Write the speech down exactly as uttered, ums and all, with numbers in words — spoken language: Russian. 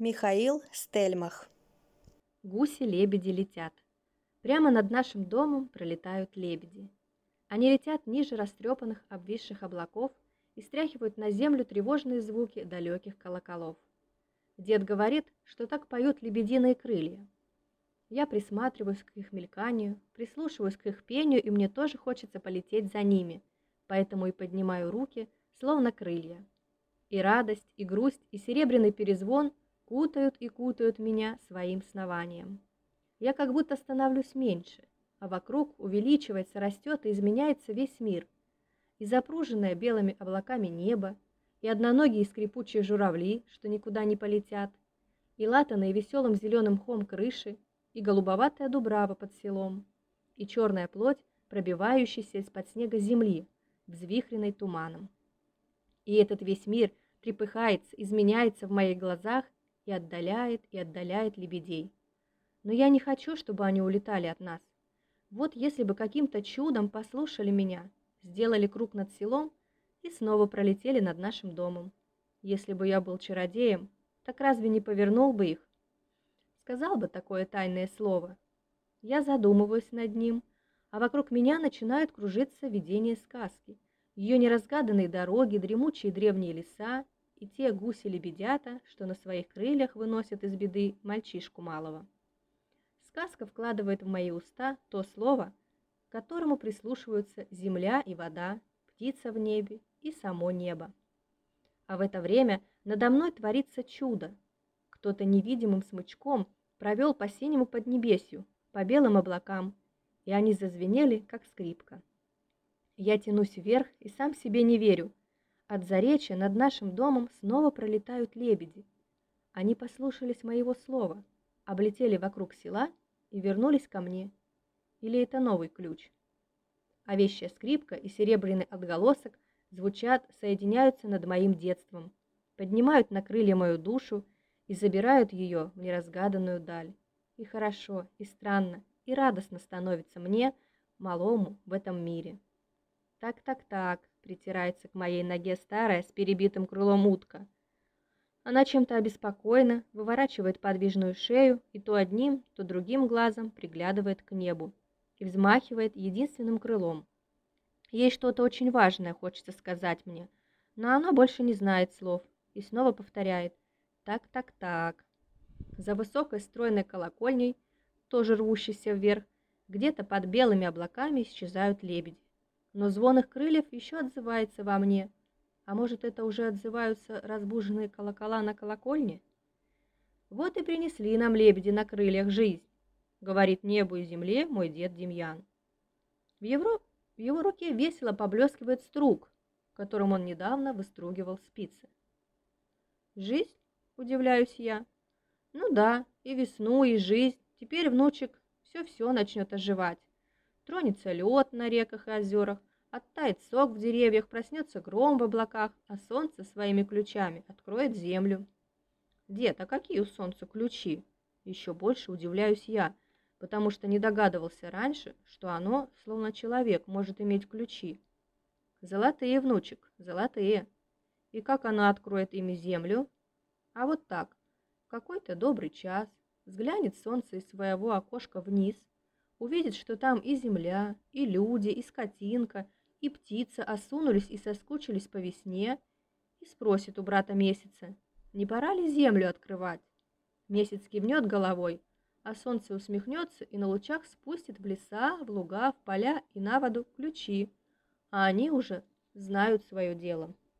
Михаил Стельмах. Гуси-лебеди летят. Прямо над нашим домом пролетают лебеди. Они летят ниже растрепанных обвисших облаков и стряхивают на землю тревожные звуки далеких колоколов. Дед говорит, что так поют лебединые крылья. Я присматриваюсь к их мельканию, прислушиваюсь к их пению, и мне тоже хочется полететь за ними, поэтому и поднимаю руки, словно крылья. И радость, и грусть, и серебряный перезвон кутают и кутают меня своим снованием. Я как будто становлюсь меньше, а вокруг увеличивается, растет и изменяется весь мир. И запруженное белыми облаками небо, и одноногие скрипучие журавли, что никуда не полетят, и латаные веселым зеленым мхом крыши, и голубоватая дубрава под селом, и черная плоть, пробивающаяся из-под снега земли, взвихренной туманом. И этот весь мир трепыхается, изменяется в моих глазах и отдаляет и отдаляет лебедей. Но я не хочу, чтобы они улетали от нас. Вот если бы каким-то чудом послушали меня, сделали круг над селом и снова пролетели над нашим домом. Если бы я был чародеем, так разве не повернул бы их? Сказал бы такое тайное слово. Я задумываюсь над ним, а вокруг меня начинают кружиться видения сказки, ее неразгаданные дороги, дремучие древние леса и те гуси-лебедята, что на своих крыльях выносят из беды мальчишку малого. Сказка вкладывает в мои уста то слово, к которому прислушиваются земля и вода, птица в небе и само небо. А в это время надо мной творится чудо. Кто-то невидимым смычком провел по синему поднебесью, по белым облакам, и они зазвенели, как скрипка. Я тянусь вверх и сам себе не верю. От заречья над нашим домом снова пролетают лебеди. Они послушались моего слова, облетели вокруг села и вернулись ко мне. Или это новый ключ? А вещая скрипка и серебряный отголосок звучат, соединяются над моим детством, поднимают на крылья мою душу и забирают ее в неразгаданную даль. И хорошо, и странно, и радостно становится мне, малому, в этом мире. Так-так-так, притирается к моей ноге старая с перебитым крылом утка. Она чем-то обеспокоена, выворачивает подвижную шею и то одним, то другим глазом приглядывает к небу и взмахивает единственным крылом. Ей что-то очень важное хочется сказать мне, но она больше не знает слов и снова повторяет «так-так-так». За высокой стройной колокольней, тоже рвущейся вверх, где-то под белыми облаками исчезают лебеди. Но звон их крыльев еще отзывается во мне. А может, это уже отзываются разбуженные колокола на колокольне? Вот и принесли нам лебеди на крыльях жизнь, говорит небу и земле мой дед Демьян. В его, в его руке весело поблескивает струк, которым он недавно выстругивал спицы. Жизнь? Удивляюсь я. Ну да, и весну, и жизнь. Теперь, внучек, все-все начнет оживать. Тронется лед на реках и озерах, оттает сок в деревьях, проснется гром в облаках, а солнце своими ключами откроет землю. Дед, а какие у солнца ключи? Еще больше удивляюсь я, потому что не догадывался раньше, что оно, словно человек, может иметь ключи. Золотые, внучек, золотые. И как оно откроет ими землю? А вот так. Какой-то добрый час, взглянет солнце из своего окошка вниз, увидит, что там и земля, и люди, и скотинка, и птица осунулись и соскучились по весне, и спросит у брата Месяца, не пора ли землю открывать? Месяц кивнет головой, а солнце усмехнется и на лучах спустит в леса, в луга, в поля и на воду ключи, а они уже знают свое дело.